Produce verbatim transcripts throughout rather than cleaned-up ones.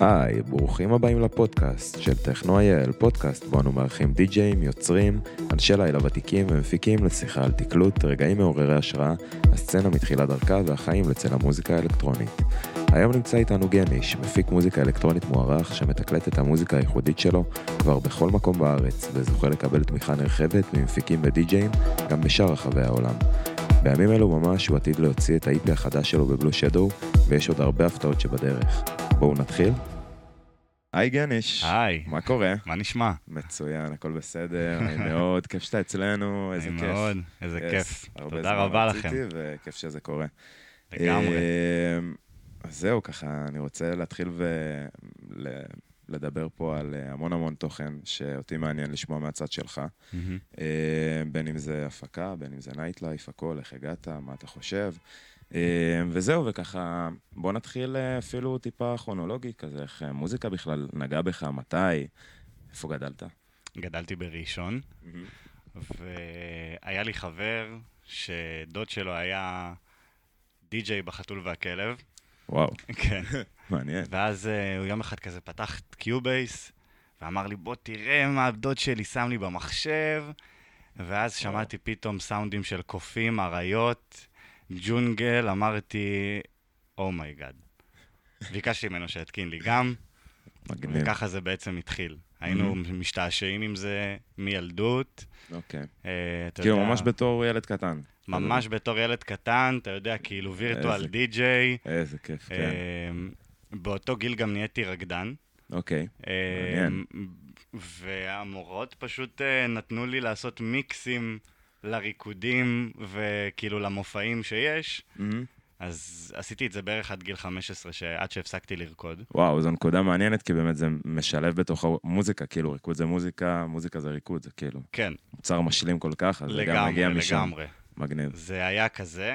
היי, ברוכים הבאים לפודקאסט של טכנו.איי.אל, פודקאסט בו אנו מארחים די-ג'יים, יוצרים, אנשי לילה ותיקים ומפיקים לשיחה על תקלוט, רגעים מעוררי השראה, הסצנה מתחילת דרכה והחיים לצל המוזיקה האלקטרונית. היום נמצא איתנו גניש, מפיק מוזיקה אלקטרונית מוערך שמתקלט את המוזיקה הייחודית שלו כבר בכל מקום בארץ, וזוכה לקבל תמיכה נרחבת ממפיקים ודי-ג'יים גם בשאר רחבי העולם. בימים אלו ממש הוא עתיד להוציא את ה-אי פי החדש שלו בבלו שדו, ויש עוד הרבה הפתעות שבדרך. בואו נתחיל. היי גניש. היי. מה קורה? מה נשמע? מצוין, הכל בסדר, אני מאוד, כיף שאתה אצלנו, איזה כיף. מאוד, איזה כיף. תודה רבה לכם. וכיף שזה קורה. לגמרי. אז זהו, ככה, אני רוצה להתחיל ולדבר פה על המון המון תוכן שאותי מעניין לשמוע מהצד שלך. בין אם זה הפקה, בין אם זה נייטלייף, הכל, איך הגעת, מה אתה חושב. וזהו, וככה, בוא נתחיל אפילו טיפה כרונולוגי כזה, איך מוזיקה בכלל נגע בך, מתי, איפה גדלת? גדלתי בראשון, והיה לי חבר שדוד שלו היה די-ג'יי בחתול והכלב. וואו. כן. מעניין. ואז הוא יום אחד כזה פתח את קיובייס, ואמר לי, בוא תראה מה הדוד שלי שם לי במחשב, ואז שמעתי פתאום סאונדים של קופים, אריות, ג'ונגל, אמרתי, אומייגאד. ביקשתי ממנו שהתקין לי גם, וככה זה בעצם התחיל. היינו משתעשעים עם זה מילדות. אוקיי. כאילו ממש בתור ילד קטן. ממש בתור ילד קטן, אתה יודע, כאילו וירטואל די-ג'יי. איזה כיף, כן. באותו גיל גם נהייתי רקדן. אוקיי, מעניין. והמורות פשוט נתנו לי לעשות מיקסים לריקודים וכאילו למופעים שיש. אז עשיתי את זה בערך עד גיל חמש עשרה, עד שהפסקתי לרקוד. וואו, זו נקודה מעניינת, כי באמת זה משלב בתוך מוזיקה, כאילו ריקוד זה מוזיקה, מוזיקה זה ריקוד, זה כאילו. כן. מוצר משלים כל כך, אז זה גם מגיע משם. לגמרי, לגמרי. מגניב. זה היה כזה,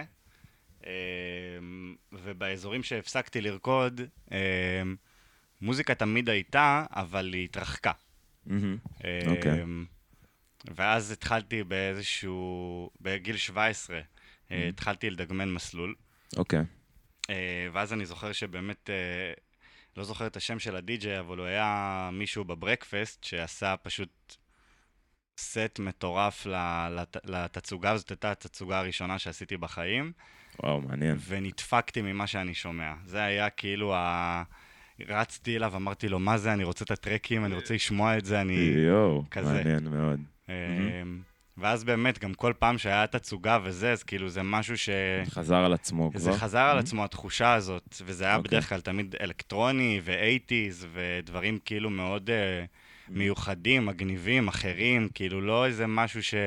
ובאזורים שהפסקתי לרקוד, מוזיקה תמיד הייתה, אבל היא התרחקה. אוקיי. ואז התחלתי באיזשהו, בגיל שבע עשרה, התחלתי לדגמן מסלול. אוקיי. ואז אני זוכר שבאמת, לא זוכר את השם של הדי-ג'יי, אבל הוא היה מישהו בברקפסט שעשה פשוט סט מטורף לתצוגה, זאת הייתה התצוגה הראשונה שעשיתי בחיים. וואו, מעניין. ונדפקתי ממה שאני שומע. זה היה כאילו ה... רצתי אליו, אמרתי לו, מה זה? אני רוצה את הטרקים, אני רוצה לשמוע את זה, אני... יואו, מעניין מאוד. ואז באמת, גם כל פעם שהיה תצוגה וזה, אז כאילו זה משהו ש... חזר על עצמו כבר. זה חזר על עצמו, התחושה הזאת, וזה היה בדרך כלל תמיד אלקטרוני ו-אייטיז ודברים כאילו מאוד מיוחדים, מגניבים, אחרים, כאילו לא איזה משהו ש...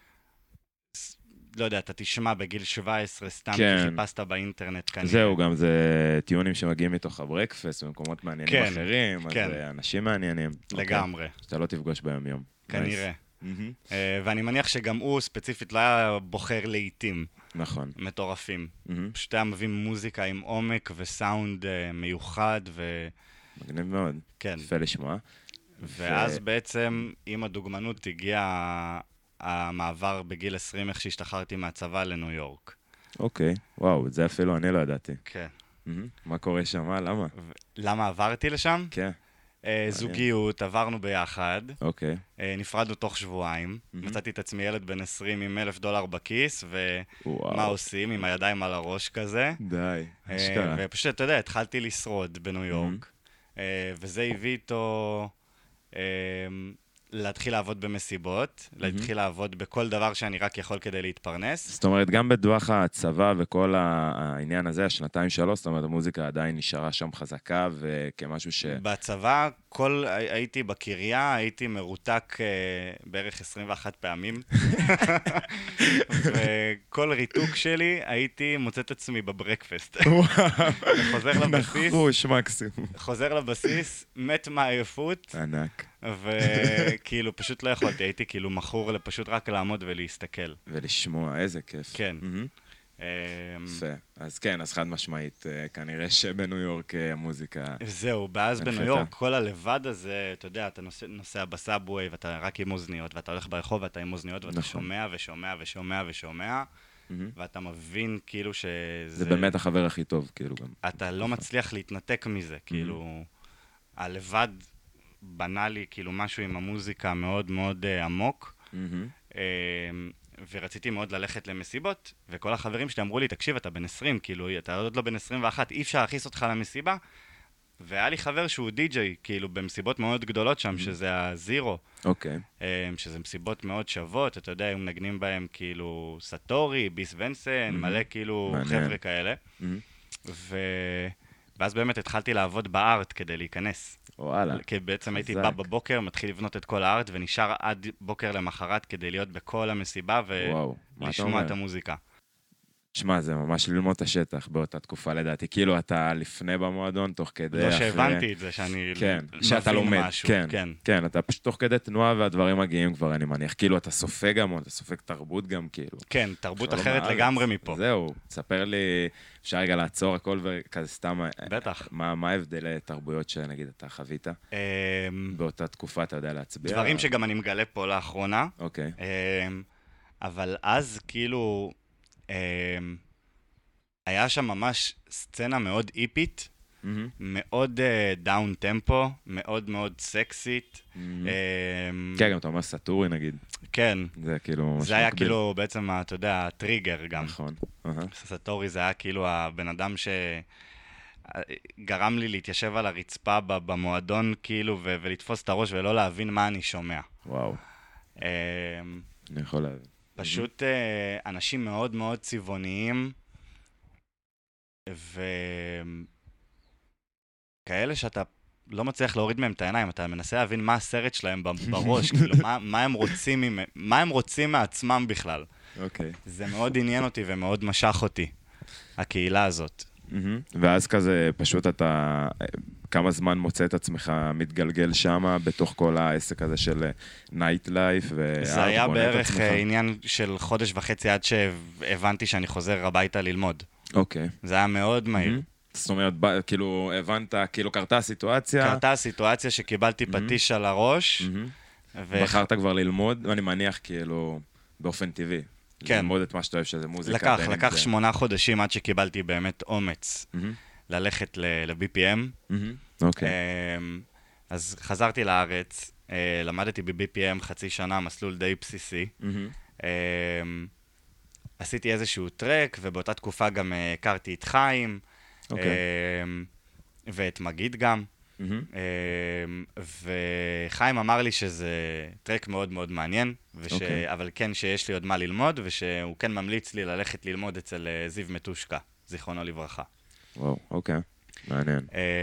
לא יודע, אתה תשמע בגיל שבע עשרה סתם שחיפשת באינטרנט כנראה. זהו, גם זה טיונים שמגיעים מתוך הברקפסט במקומות מעניינים אחרים, אז אנשים מעניינים. לגמרי. שאתה לא תפגוש ביום יום. כנראה. ואני מניח שגם הוא ספציפית לא היה בוחר לעיתים. נכון. מטורפים. פשוט היה מביא מוזיקה עם עומק וסאונד מיוחד ו... מגניב מאוד. כן. יפה לשמוע. ואז בעצם עם הדוגמנות הגיע המעבר בגיל עשרים, איך שהשתחררתי מהצבא לניו יורק. אוקיי. וואו, את זה אפילו אני לא ידעתי. כן. מה קורה שם? למה? למה עברתי לשם? כן. זוגיות, עברנו ביחד. אוקיי. נפרדנו תוך שבועיים. מצאתי את עצמי ילד בן עשרים עם אלף דולר בכיס, ומה עושים עם הידיים על הראש כזה. די, אשכרה. ופשוט, אתה יודע, התחלתי לשרוד בניו יורק, וזה הביא איתו להתחיל לעבוד במסיבות, להתחיל לעבוד בכל דבר שאני רק יכול כדי להתפרנס. זאת אומרת, גם בדוח הצבא וכל העניין הזה, השנתיים שלוש, זאת אומרת, המוזיקה עדיין נשארה שם חזקה וכמשהו ש... בצבא, כל, הייתי בקריה, הייתי מרותק בערך עשרים ואחת פעמים, וכל ריתוק שלי הייתי מוצא את עצמי בברקפסט. חוזר לבסיס, נחוש מקסימום. חוזר לבסיס, מת מהעייפות. ענק. וכאילו פשוט לא יכולתי, הייתי כאילו מכור לפשוט רק לעמוד ולהסתכל. ולשמוע, איזה כיף. כן. יפה. אז כן, אז חד משמעית, כנראה שבניו יורק המוזיקה... זהו, ואז בניו יורק כל הלבד הזה, אתה יודע, אתה נוסע בסאבווי ואתה רק עם אוזניות, ואתה הולך ברחוב ואתה עם אוזניות ואתה שומע ושומע ושומע ושומע, ואתה מבין כאילו שזה... זה באמת החבר הכי טוב, כאילו גם. אתה לא מצליח להתנתק מזה, כאילו... הלבד בנה לי כאילו משהו עם המוזיקה מאוד מאוד uh, עמוק. Mm-hmm. Uh, ורציתי מאוד ללכת למסיבות, וכל החברים שלי אמרו לי, תקשיב, אתה בן עשרים, כאילו, אתה עוד לא בן עשרים ואחת, אי אפשר להכניס אותך למסיבה. והיה לי חבר שהוא די-ג'יי, כאילו, במסיבות מאוד גדולות שם, שזה הזירו. אוקיי. שזה מסיבות מאוד שוות, אתה יודע, הם מנגנים בהם כאילו סטורי, ביס ונסן, מלא כאילו חבר'ה כאלה. ואז באמת התחלתי לעבוד בארט כדי להיכנס. וואלה. כי בעצם הייתי בא בבוקר, מתחיל לבנות את כל הארט, ונשאר עד בוקר למחרת כדי להיות בכל המסיבה ולשמוע את המוזיקה. שמע, זה ממש ללמוד את השטח באותה תקופה לדעתי. כאילו אתה לפני במועדון, תוך כדי... לא שהבנתי את זה, שאני שאתה לומד, משהו. כן, כן, אתה פשוט תוך כדי תנועה והדברים מגיעים כבר, אני מניח. כאילו אתה סופג המון, אתה סופג תרבות גם, כאילו. כן, תרבות אחרת לגמרי מפה. זהו, תספר לי, אפשר רגע לעצור הכל וכזה סתם... בטח. מה ההבדל תרבויות שנגיד אתה חווית? באותה תקופה אתה יודע להצביע? דברים שגם אני מגלה פה לאחרונה. אוקיי. אבל אז כאילו... היה שם ממש סצנה מאוד איפית, מאוד דאון טמפו, מאוד מאוד סקסית. כן, גם אתה אומר סטורי נגיד. כן. זה כאילו... זה היה כאילו בעצם, אתה יודע, הטריגר גם. נכון. סטורי זה היה כאילו הבן אדם שגרם לי להתיישב על הרצפה במועדון כאילו ולתפוס את הראש ולא להבין מה אני שומע. וואו. אני יכול להבין. פשוט אנשים מאוד מאוד צבעוניים, וכאלה שאתה לא מצליח להוריד מהם את העיניים, אתה מנסה להבין מה הסרט שלהם בראש, כאילו, מה, מה הם רוצים, מה הם רוצים מעצמם בכלל. אוקיי. זה מאוד עניין אותי ומאוד משך אותי, הקהילה הזאת. ואז כזה, פשוט אתה כמה זמן מוצא את עצמך מתגלגל שם, בתוך כל העסק הזה של נייט לייף, זה היה בערך עניין של חודש וחצי עד שהבנתי שאני חוזר הביתה ללמוד. אוקיי. זה היה מאוד מהיר. זאת אומרת, כאילו, הבנת, כאילו, קרתה הסיטואציה. קרתה הסיטואציה שקיבלתי פטיש על הראש. בחרת כבר ללמוד, אני מניח, כאילו, באופן טבעי. כן. ללמוד את מה שאתה אוהב שזה מוזיקה. לקח, לקח שמונה חודשים עד שקיבלתי באמת אומץ ללכת ל-בי פי אם. אוקיי. אז חזרתי לארץ, למדתי ב-בי פי אם חצי שנה, מסלול די בסיסי. עשיתי איזשהו טרק, ובאותה תקופה גם הכרתי את חיים, ואת מגיד גם. וחיים אמר לי שזה טרק מאוד מאוד מעניין, אבל כן שיש לי עוד מה ללמוד, ושהוא כן ממליץ לי ללכת ללמוד אצל זיו מטושקה, זיכרונו לברכה. וואו, אוקיי, מעניין.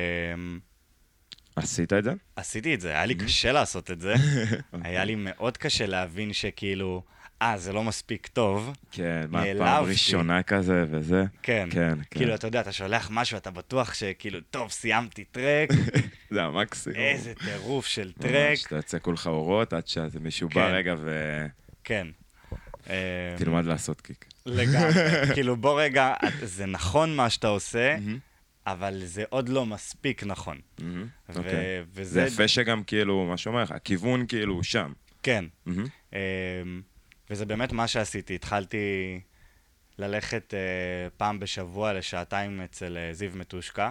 עשית את זה? עשיתי את זה, היה לי קשה לעשות את זה. היה לי מאוד קשה להבין שכאילו, אה, זה לא מספיק טוב. כן, מה, פעם ראשונה כזה וזה? כן, כאילו, אתה יודע, אתה שולח משהו, אתה בטוח שכאילו, טוב, סיימתי טרק. זה המקסימום. איזה טירוף של טרק. ממש, אתה יוצא כולך אורות עד שמישהו בא רגע ו... כן. תלמד לעשות קיק. לגמרי. כאילו, בוא רגע, זה נכון מה שאתה עושה, אבל זה עוד לא מספיק נכון. זה יפה שגם כאילו, מה שאומר לך, הכיוון כאילו שם. כן. וזה באמת מה שעשיתי. התחלתי ללכת פעם בשבוע לשעתיים אצל זיו מטושקה,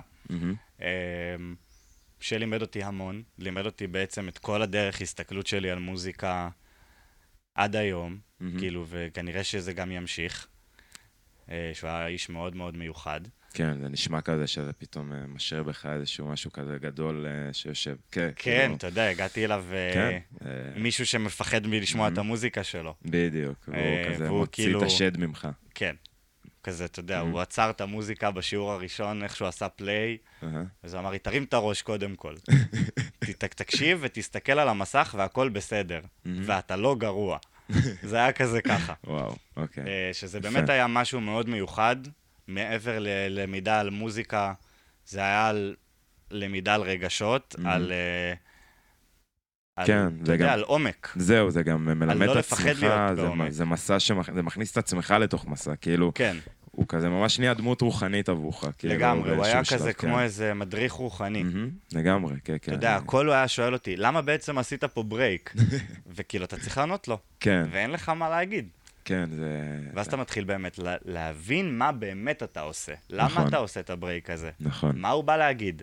שלימד אותי המון, לימד אותי בעצם את כל הדרך הסתכלות שלי על מוזיקה עד היום, כאילו, וכנראה שזה גם ימשיך, שהוא היה איש מאוד מאוד מיוחד. כן, זה נשמע כזה שזה פתאום משאיר בך איזשהו משהו כזה גדול שיושב. כן, אתה יודע, הגעתי אליו מישהו שמפחד מלשמוע את המוזיקה שלו. בדיוק, והוא כזה מוציא את השד ממך. כן, כזה, אתה יודע, הוא עצר את המוזיקה בשיעור הראשון, איך שהוא עשה פליי, אז הוא אמר לי, תרים את הראש קודם כל. תקשיב ותסתכל על המסך והכל בסדר, ואתה לא גרוע. זה היה כזה ככה. וואו, אוקיי. שזה באמת היה משהו מאוד מיוחד, מעבר ללמידה על מוזיקה, זה היה על למידה על רגשות, על... כן, אתה יודע, על עומק. זהו, זה גם מלמד את עצמך, בעומק. זה מסע זה מכניס את עצמך לתוך מסע, כאילו, כן. הוא כזה ממש נהיה דמות רוחנית עבורך. לגמרי, הוא היה כזה כמו איזה מדריך רוחני. לגמרי, כן, כן. אתה יודע, הכל הוא היה שואל אותי, למה בעצם עשית פה ברייק? וכאילו, אתה צריך לענות לו. כן. ואין לך מה להגיד. כן, זה... ואז אתה מתחיל באמת להבין מה באמת אתה עושה. למה אתה עושה את הברייק הזה? נכון. מה הוא בא להגיד?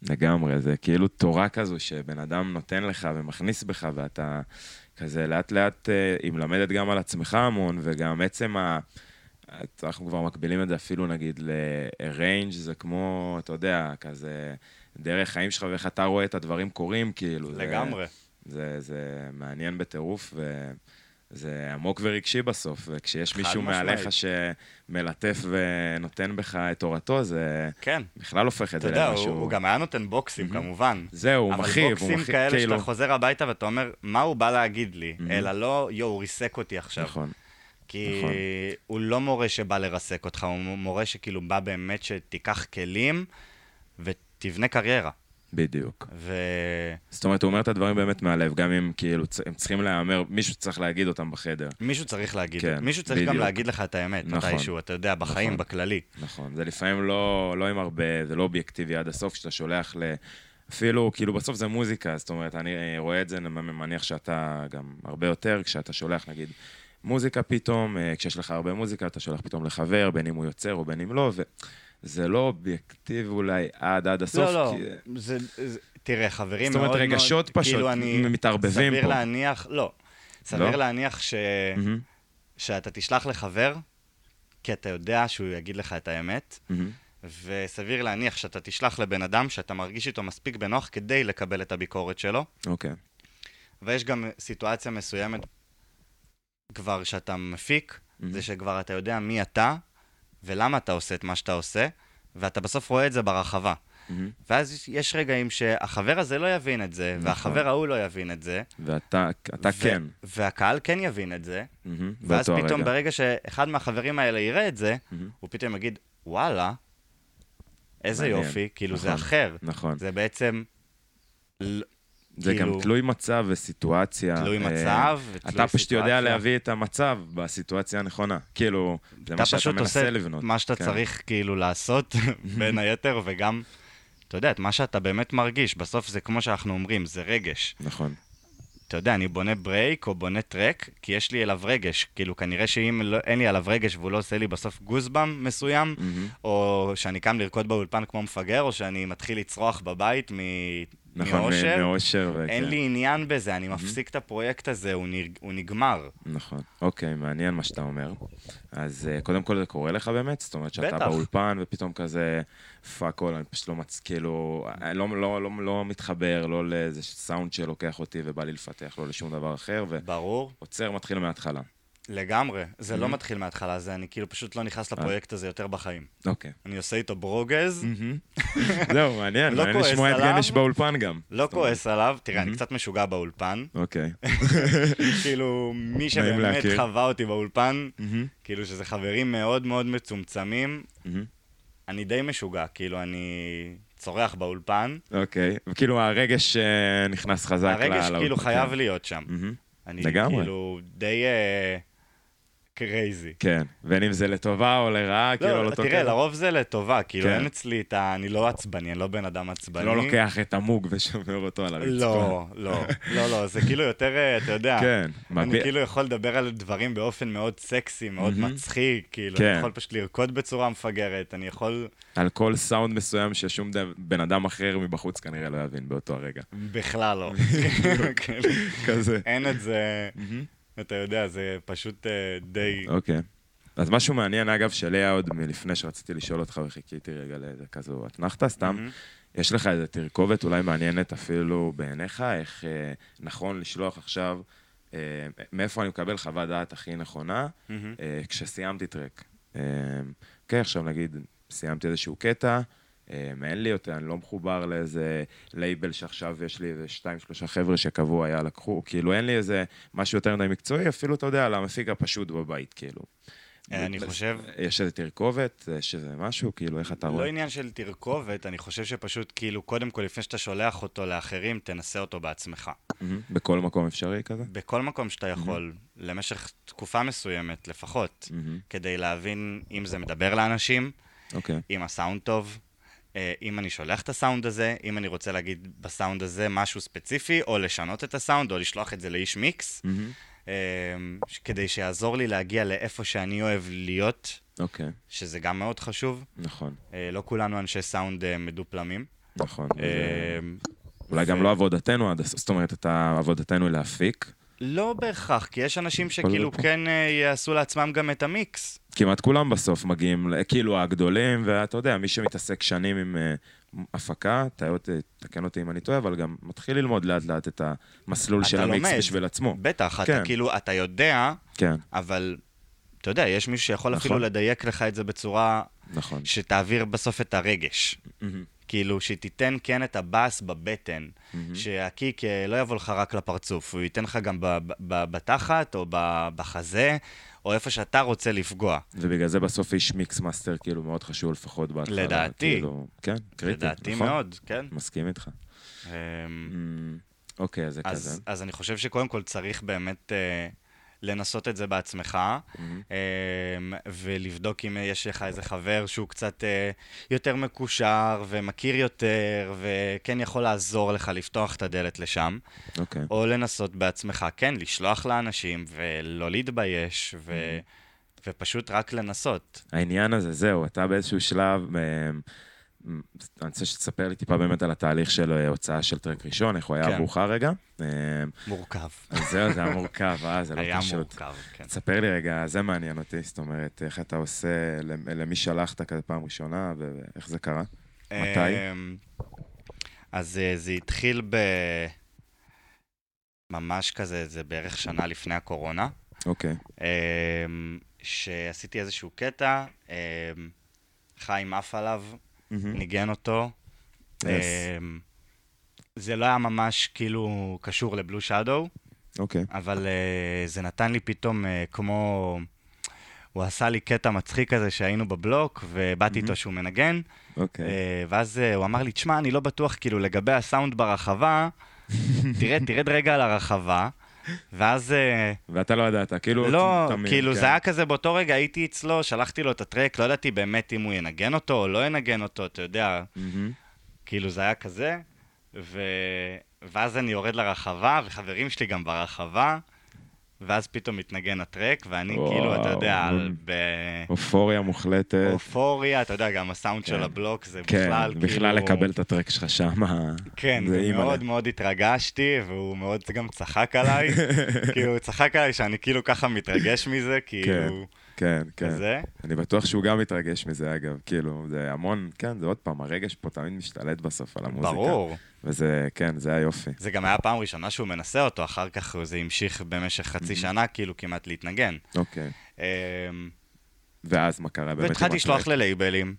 לגמרי, זה כאילו תורה כזו שבן אדם נותן לך ומכניס בך, ואתה כזה לאט לאט, היא מלמדת גם על עצמך המון, וגם עצם ה... אנחנו כבר מקבילים את זה אפילו נגיד ל-range, זה כמו, אתה יודע, כזה דרך חיים שלך ואיך אתה רואה את הדברים קורים, כאילו. לגמרי. זה, זה, זה מעניין בטירוף, וזה עמוק ורגשי בסוף, וכשיש מישהו מעליך שמלטף ונותן בך את תורתו, זה כן. בכלל הופך את זה למשהו. אתה למשהו. יודע, הוא גם היה נותן בוקסים, mm-hmm. כמובן. זהו, הוא מחיב. אבל בוקסים כאלה כאילו... שאתה חוזר הביתה ואתה אומר, מה הוא בא להגיד לי? Mm-hmm. אלא לא, יו, הוא ריסק אותי עכשיו. נכון. כי נכון. הוא לא מורה שבא לרסק אותך, הוא מורה שכאילו בא באמת שתיקח כלים ותבנה קריירה. בדיוק. ו... זאת אומרת, הוא אומר את הדברים באמת מהלב, גם אם כאילו הם צריכים להאמר, מישהו צריך להגיד אותם בחדר. מישהו צריך להגיד, כן, מישהו צריך בדיוק. גם להגיד לך את האמת, נכון. מתישהו, אתה יודע, בחיים, נכון. בכללי. נכון, זה לפעמים לא, לא עם הרבה, זה לא אובייקטיבי עד הסוף, כשאתה שולח ל... אפילו, כאילו בסוף זה מוזיקה, זאת אומרת, אני רואה את זה, אני מניח שאתה גם הרבה יותר, כשאתה שולח, נגיד, מוזיקה פתאום, כשיש לך הרבה מוזיקה, אתה שולח פתאום לחבר, בין אם הוא יוצר או בין אם לא, וזה לא אובייקטיבי אולי עד עד הסוף. לא, לא, כי... זה, זה, תראה, חברים זאת אומרת, מאוד מאוד, רגשות פשוט כאילו אני, מתערבבים סביר פה. להניח, לא, סביר לא? להניח ש... Mm-hmm. שאתה תשלח לחבר, כי אתה יודע שהוא יגיד לך את האמת, Mm-hmm. וסביר להניח שאתה תשלח לבן אדם שאתה מרגיש איתו מספיק בנוח כדי לקבל את הביקורת שלו. אוקיי. Okay. ויש גם סיטואציה מסוימת כבר שאתה מפיק, mm-hmm. זה שכבר אתה יודע מי אתה, ולמה אתה עושה את מה שאתה עושה, ואתה בסוף רואה את זה ברחבה. Mm-hmm. ואז יש רגעים שהחבר הזה לא יבין את זה, נכון. והחבר ההוא לא יבין את זה. ואתה אתה ו- כן. והקהל כן יבין את זה. Mm-hmm. ואז פתאום הרגע. ברגע שאחד מהחברים האלה יראה את זה, mm-hmm. הוא פתאום יגיד, וואלה, איזה מעניין. יופי, כאילו נכון. זה אחר. נכון. זה בעצם... זה כאילו, גם תלוי מצב וסיטואציה. תלוי מצב ותלוי אתה סיטואציה. פשוט יודע להביא את המצב בסיטואציה הנכונה. כאילו, זה מה שאתה מנסה לבנות. מה שאתה כן. צריך כאילו לעשות בין היתר, וגם, אתה יודע, את מה שאתה באמת מרגיש. בסוף זה כמו שאנחנו אומרים, זה רגש. נכון. אתה יודע, אני בונה ברייק או בונה טרק, כי יש לי אליו רגש. כאילו, כנראה שאם לא, אין לי עליו רגש והוא לא עושה לי בסוף גוזבם מסוים, mm-hmm. או שאני קם לרקוד באולפן כמו מפגר, או שאני מתחיל לצרוח בבית מ... נכון, מאושר, מאושר אין לי עניין בזה, אני מפסיק את הפרויקט הזה, הוא נגמר. נכון, אוקיי, מעניין מה שאתה אומר. אז קודם כל זה קורה לך באמת? זאת אומרת שאתה באולפן ופתאום כזה פאק כל, אני פשוט לא מצ... כאילו, לא מתחבר, לא לאיזה סאונד שלוקח אותי ובא לי לפתח, לא לשום דבר אחר. ברור. עוצר, מתחיל מההתחלה. לגמרי, זה לא מתחיל מההתחלה, זה אני כאילו פשוט לא נכנס לפרויקט הזה יותר בחיים. אוקיי. אני עושה איתו ברוגז. זהו, מעניין, מעניין לשמוע את גניש באולפן גם. לא כועס עליו, תראה, אני קצת משוגע באולפן. אוקיי. כאילו, מי שבאמת חווה אותי באולפן, כאילו שזה חברים מאוד מאוד מצומצמים, אני די משוגע, כאילו אני צורח באולפן. אוקיי, וכאילו הרגש נכנס חזק לאולפן. הרגש כאילו חייב להיות שם. אני לגמרי. כאילו די קרייזי. כן, בין אם זה לטובה או לרעה, כאילו לא תוקע. תראה, לרוב זה לטובה, כאילו אין אצלי את ה... אני לא עצבני, אני לא בן אדם עצבני. לא לוקח את המוג ושומר אותו על הרצפה. לא, לא, לא, לא, זה כאילו יותר, אתה יודע, כן. אני כאילו יכול לדבר על דברים באופן מאוד סקסי, מאוד מצחיק, כאילו, אני יכול פשוט לרקוד בצורה מפגרת, אני יכול... על כל סאונד מסוים ששום בן אדם אחר מבחוץ כנראה לא יבין באותו הרגע. בכלל לא. כזה. אין את זה... אתה יודע, זה פשוט uh, די... אוקיי. אז משהו מעניין, אגב, שלי היה עוד מלפני שרציתי לשאול אותך וחיכיתי רגע לאיזה כזו אתנחתה, סתם. Mm-hmm. יש לך איזו תרכובת אולי מעניינת אפילו בעיניך, איך אה, נכון לשלוח עכשיו, אה, מאיפה אני מקבל חוות דעת הכי נכונה, mm-hmm. אה, כשסיימתי טרק. אה, אוקיי, עכשיו נגיד, סיימתי איזשהו קטע, אין לי יותר, אני לא מחובר לאיזה לייבל שעכשיו יש לי איזה שתיים, שלושה חבר'ה שקבוע היה לקחו, כאילו אין לי איזה משהו יותר מדי מקצועי, אפילו אתה יודע, למפיק הפשוט בבית, כאילו. אני חושב... יש איזה תרכובת, יש איזה משהו, כאילו, איך אתה רואה? לא עניין של תרכובת, אני חושב שפשוט, כאילו, קודם כל, לפני שאתה שולח אותו לאחרים, תנסה אותו בעצמך. בכל מקום אפשרי כזה? בכל מקום שאתה יכול, למשך תקופה מסוימת, לפחות, כדי להבין אם זה מדבר לאנשים, אם הסאונד טוב, אם אני שולח את הסאונד הזה, אם אני רוצה להגיד בסאונד הזה משהו ספציפי, או לשנות את הסאונד, או לשלוח את זה לאיש מיקס, כדי שיעזור לי להגיע לאיפה שאני אוהב להיות, שזה גם מאוד חשוב. נכון. לא כולנו אנשי סאונד מדופלמים, נכון. אולי גם לא עבודתנו עד הסוף, זאת אומרת, אתה עבודתנו להפיק. לא בהכרח, כי יש אנשים שכאילו כן יעשו לעצמם גם את המיקס. כמעט כולם בסוף מגיעים, כאילו הגדולים, ואתה יודע, מי שמתעסק שנים עם הפקה, תקן אותי אם אני טועה, אבל גם מתחיל ללמוד לאט לאט את המסלול של המיקס בשביל עצמו. בטח, אתה כאילו, אתה יודע, אבל אתה יודע, יש מישהו שיכול אפילו לדייק לך את זה בצורה שתעביר בסוף את הרגש. כאילו, שתיתן כן את הבאס בבטן, שהקיק לא יבוא לך רק לפרצוף, הוא ייתן לך גם בתחת או בחזה, או איפה שאתה רוצה לפגוע. ובגלל זה בסוף יש מיקס מאסטר, כאילו, מאוד חשוב לפחות בהתחלה. לדעתי. כן, קריטי. לדעתי מאוד, כן. מסכים איתך. אוקיי, אז זה כזה. אז אני חושב שקודם כל צריך באמת לנסות את זה בעצמך, ולבדוק אם יש לך איזה חבר שהוא קצת יותר מקושר ומכיר יותר, וכן יכול לעזור לך לפתוח את הדלת לשם, או לנסות בעצמך, כן, לשלוח לאנשים ולא להתבייש, ופשוט רק לנסות. העניין הזה, זהו, אתה באיזשהו שלב, אני רוצה שתספר לי טיפה באמת על התהליך של הוצאה של טרק ראשון, איך הוא היה עבורך רגע. מורכב. זהו, זה היה מורכב, אה, זה לא פשוט. היה מורכב, כן. תספר לי רגע, זה מעניין אותי, זאת אומרת, איך אתה עושה, למי שלחת כזה פעם ראשונה, ואיך זה קרה? מתי? אז זה התחיל ב... ממש כזה, זה בערך שנה לפני הקורונה. אוקיי. שעשיתי איזשהו קטע, חיים עף עליו, ניגן אותו. זה לא היה ממש כאילו קשור לבלו שדו, אבל זה נתן לי פתאום כמו... הוא עשה לי קטע מצחיק כזה שהיינו בבלוק, ובאתי איתו שהוא מנגן, ואז הוא אמר לי, תשמע, אני לא בטוח כאילו לגבי הסאונד ברחבה, תרד, תרד רגע על הרחבה, ואז... ואתה לא ידעת, כאילו... לא, כאילו זה היה כזה באותו רגע, הייתי אצלו, שלחתי לו את הטרק, לא ידעתי באמת אם הוא ינגן אותו או לא ינגן אותו, אתה יודע, כאילו זה היה כזה, ואז אני יורד לרחבה, וחברים שלי גם ברחבה, ואז פתאום מתנגן הטרק, ואני כאילו, אתה יודע, אופוריה מוחלטת. אופוריה, אתה יודע, גם הסאונד של הבלוק זה בכלל כאילו... כן, בכלל לקבל את הטרק שלך שם. כן, מאוד מאוד התרגשתי, והוא מאוד גם צחק עליי. כאילו, הוא צחק עליי שאני כאילו ככה מתרגש מזה, כאילו... כן, כן. אני בטוח שהוא גם מתרגש מזה, אגב. כאילו, זה המון, כן, זה עוד פעם, הרגש פה תמיד משתלט בסוף על המוזיקה. ברור. וזה, כן, זה היופי. זה גם היה פעם ראשונה שהוא מנסה אותו, אחר כך זה המשיך במשך חצי שנה, כאילו כמעט להתנגן. אוקיי. ואז מה קרה באמת? והתחלתי לשלוח ללייבלים,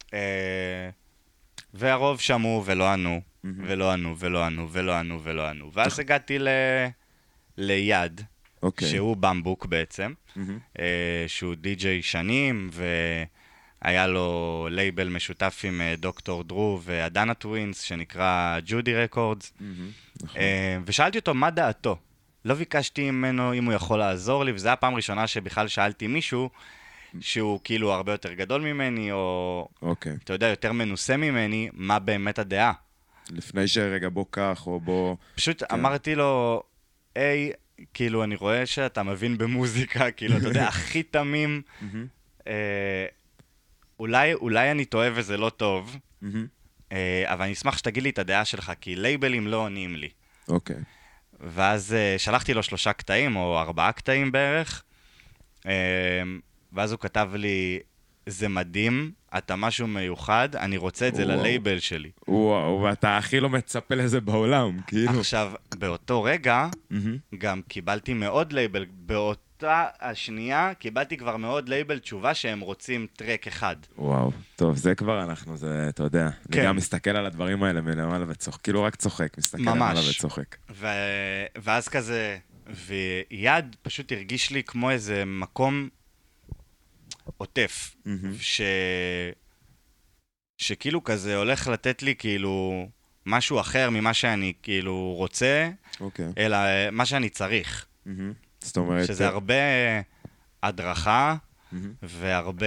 והרוב שמעו ולא ענו, ולא ענו, ולא ענו, ולא ענו, ולא ענו. ואז הגעתי ליד, שהוא במבוק בעצם, שהוא די-ג'יי שנים, והיה לו לייבל משותף עם דוקטור דרו ואדנה טווינס, שנקרא ג'ודי רקורדס, ושאלתי אותו מה דעתו. לא ביקשתי ממנו אם הוא יכול לעזור לי, וזו הפעם ראשונה שבכלל שאלתי מישהו, שהוא כאילו הרבה יותר גדול ממני, או אתה יודע, יותר מנוסה ממני, מה באמת הדעה. לפני שרגע בוא כך, או בוא... פשוט אמרתי לו, היי, כאילו, אני רואה שאתה מבין במוזיקה, כאילו, אתה יודע, הכי תמים. אולי, אולי אני טועה וזה לא טוב, אבל אני אשמח שתגיד לי את הדעה שלך, כי לייבלים לא עונים לי. אוקיי. ואז שלחתי לו שלושה קטעים, או ארבעה קטעים בערך, ואז הוא כתב לי, זה מדהים, אתה משהו מיוחד, אני רוצה את זה ללייבל שלי. וואו, ואתה הכי לא מצפה לזה בעולם, כאילו. עכשיו, באותו רגע, גם קיבלתי מאוד לייבל, באותה השנייה, קיבלתי כבר מאוד לייבל תשובה שהם רוצים טרק אחד. וואו, טוב, זה כבר אנחנו, זה, אתה יודע, אני גם מסתכל על הדברים האלה מלמעלה וצוחק, כאילו רק צוחק, מסתכל למעלה וצוחק. ואז כזה, ויד פשוט הרגיש לי כמו איזה מקום עוטף, ש... שכאילו כזה הולך לתת לי כאילו משהו אחר ממה שאני כאילו רוצה, אלא מה שאני צריך. זאת אומרת... שזה הרבה הדרכה והרבה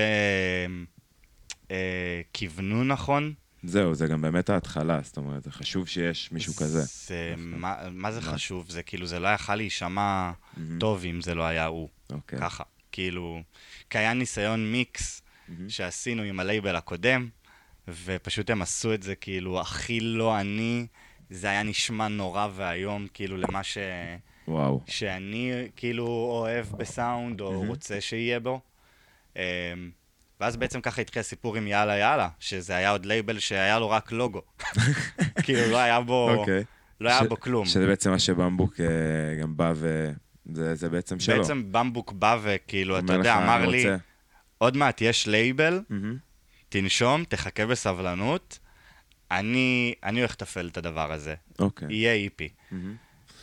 כיוונון נכון. זהו, זה גם באמת ההתחלה, זאת אומרת, זה חשוב שיש מישהו כזה. מה זה חשוב? זה כאילו, זה לא יכל להישמע טוב אם זה לא היה הוא. ככה. כאילו, כי היה ניסיון מיקס שעשינו עם הלייבל הקודם, ופשוט הם עשו את זה כאילו הכי לא אני, זה היה נשמע נורא והיום, כאילו למה ש... וואו. שאני כאילו אוהב בסאונד, או Mhm. רוצה שיהיה בו. אמ, ואז בעצם ככה התחיל הסיפור עם יאללה יאללה, שזה היה עוד לייבל שהיה לו רק לוגו. כאילו לא היה בו, אוקיי. לא היה ש- בו כלום. שזה בעצם מה שבמבוק אה, גם בא ו... זה, זה בעצם שלו. בעצם במבוק בא וכאילו, אתה אומר יודע, לך, אמר אני לי, רוצה. עוד מעט יש לייבל, מהמם. תנשום, תחכה בסבלנות, אני, אני הולך לתפעל את הדבר הזה. אוקיי. יהיה איפי. מהמם.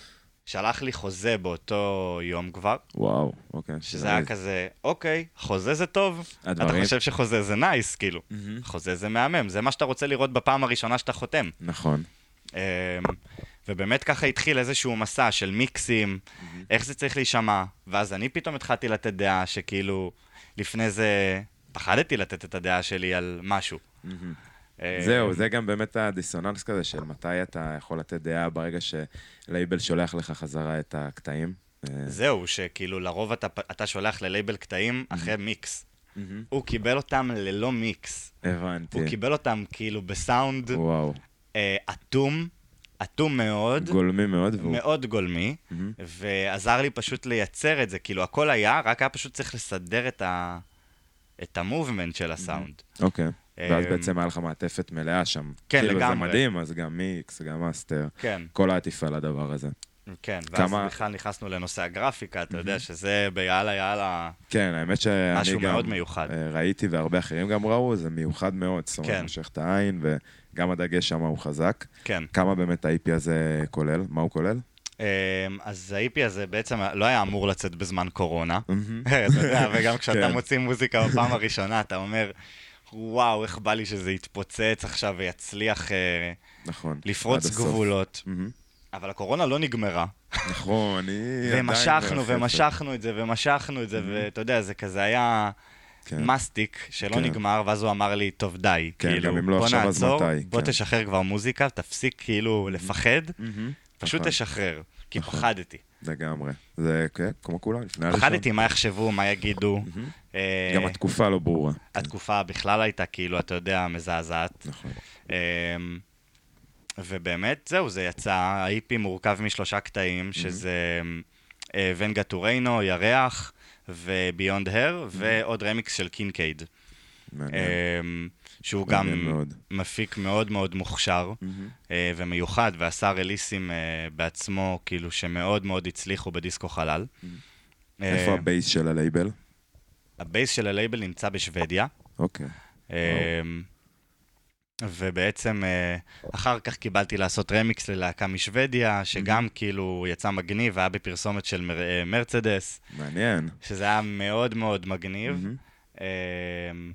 שלח לי חוזה באותו יום כבר, וואו, אוקיי. שזה היה כזה, אוקיי, חוזה זה טוב, הדברים- אתה חושב שחוזה זה נייס, כאילו. מהמם. חוזה זה מהמם, זה מה שאתה רוצה לראות בפעם הראשונה שאתה חותם. נכון. אמ, ובאמת ככה התחיל איזשהו מסע של מיקסים, איך זה צריך להישמע, ואז אני פתאום התחלתי לתת דעה שכאילו, לפני זה פחדתי לתת את הדעה שלי על משהו. מהמם. אמ, זהו, זה גם באמת הדיסוננס כזה של מתי אתה יכול לתת דעה ברגע שלייבל שולח לך חזרה את הקטעים. אה, זהו, שכאילו לרוב אתה, אתה שולח ללייבל קטעים אחרי מיקס. מהמם. הוא קיבל אותם ללא מיקס. הבנתי. הוא קיבל אותם כאילו בסאונד וואו. אה, אטום, אטום מאוד, גולמי מאוד. והוא- מאוד גולמי, מהמם. ועזר לי פשוט לייצר את זה. כאילו, הכל היה, רק היה פשוט צריך לסדר את ה... את המובמנט של הסאונד. אוקיי. ואז אמ, בעצם היה לך מעטפת מלאה שם. כן, כאילו, לגמרי. זה מדהים, אז גם מיקס, גם מאסטר. כן, כל העטיפה לדבר הזה. כן. ואז כמה- בכלל נכנסנו לנושא הגרפיקה, אתה יודע שזה ביאללה יאללה כן, האמת שאני משהו גם מאוד מיוחד. אה, ראיתי והרבה אחרים גם ראו, זה מיוחד מאוד. זאת אומרת, כן. מושך את העין, וגם הדגש שם הוא חזק. כן. כמה באמת ה-איי פי הזה כולל? מה הוא כולל? אמ, אז ה-איי פי הזה בעצם לא היה אמור לצאת בזמן קורונה. מהמם. אתה יודע, וגם כשאתה כן. מוציא מוזיקה בפעם הראשונה, אתה אומר, וואו, איך בא לי שזה יתפוצץ עכשיו ויצליח אה, נכון. לפרוץ עד הסוף. גבולות. מהמם. אבל הקורונה לא נגמרה. נכון, אני עדיין ומשכנו מרחפת. ומשכנו את זה ומשכנו את זה, ואתה יודע, זה כזה היה כן. מסטיק שלא כן. נגמר, ואז הוא אמר לי, טוב די, כן, כאילו, גם אם לא בוא עכשיו, אז נעצור, מתי? בוא כן. תשחרר כבר מוזיקה, תפסיק כאילו לפחד, מהמם. פשוט נכון. תשחרר, כי נכון. פחדתי. לגמרי. זה כן, כמו כולם, לפני הראשון. פחדתי מה יחשבו, מה יגידו. אה, גם התקופה לא ברורה. התקופה בכלל הייתה כאילו, אתה יודע, מזעזעת. נכון. אמ, ובאמת, זהו, זה יצא, ה-איי פי מורכב משלושה קטעים, שזה אה, ונגה טוריינו, ירח וביונד הר, ועוד רמיקס של קינקייד. מעניין. אמ, שהוא מעניין גם מאוד. מפיק מאוד מאוד מוכשר מהמם. אה, ומיוחד, ועשה רליסים אה, בעצמו, כאילו שמאוד מאוד הצליחו בדיסקו חלל. איפה אה, הבייס של הלייבל? הבייס של הלייבל נמצא בשוודיה. אוקיי. אמ, ובעצם אה, אחר כך קיבלתי לעשות רמיקס ללהקה משוודיה, שגם כאילו יצא מגניב, היה בפרסומת של מר- אה, מרצדס, מעניין. שזה היה מאוד מאוד מגניב. מהמם. אמ,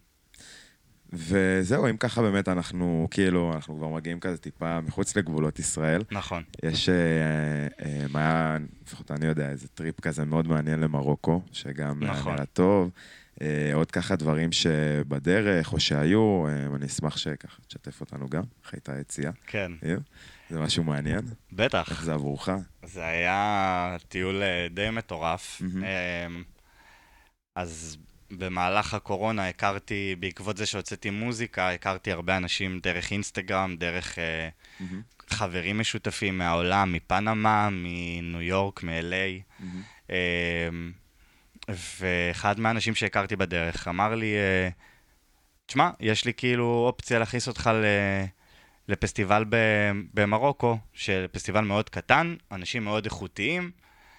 וזהו, אם ככה באמת אנחנו, כאילו, אנחנו כבר מגיעים כזה טיפה מחוץ לגבולות ישראל. נכון, יש, אה, אה, מה היה, לפחות אני יודע, איזה טריפ כזה מאוד מעניין למרוקו, שגם אה, נכון. נראה טוב. אה, עוד ככה דברים שבדרך או שהיו, אה, אני אשמח שככה תשתף אותנו גם, איך הייתה היציאה. כן, יו, זה משהו מעניין, בטח. איך זה עבורך? זה היה טיול אה, די מטורף. מהמם. אמ, אז במהלך הקורונה הכרתי, בעקבות זה שהוצאתי מוזיקה, הכרתי הרבה אנשים דרך אינסטגרם, דרך אה, מהמם, חברים משותפים מהעולם, מפנמה, מניו יורק, מ-אל איי. מהמם. אמ, ואחד מהאנשים שהכרתי בדרך אמר לי, אה, תשמע, יש לי כאילו אופציה להכניס אותך ל- לפסטיבל ב- במרוקו, של פסטיבל מאוד קטן, אנשים מאוד איכותיים,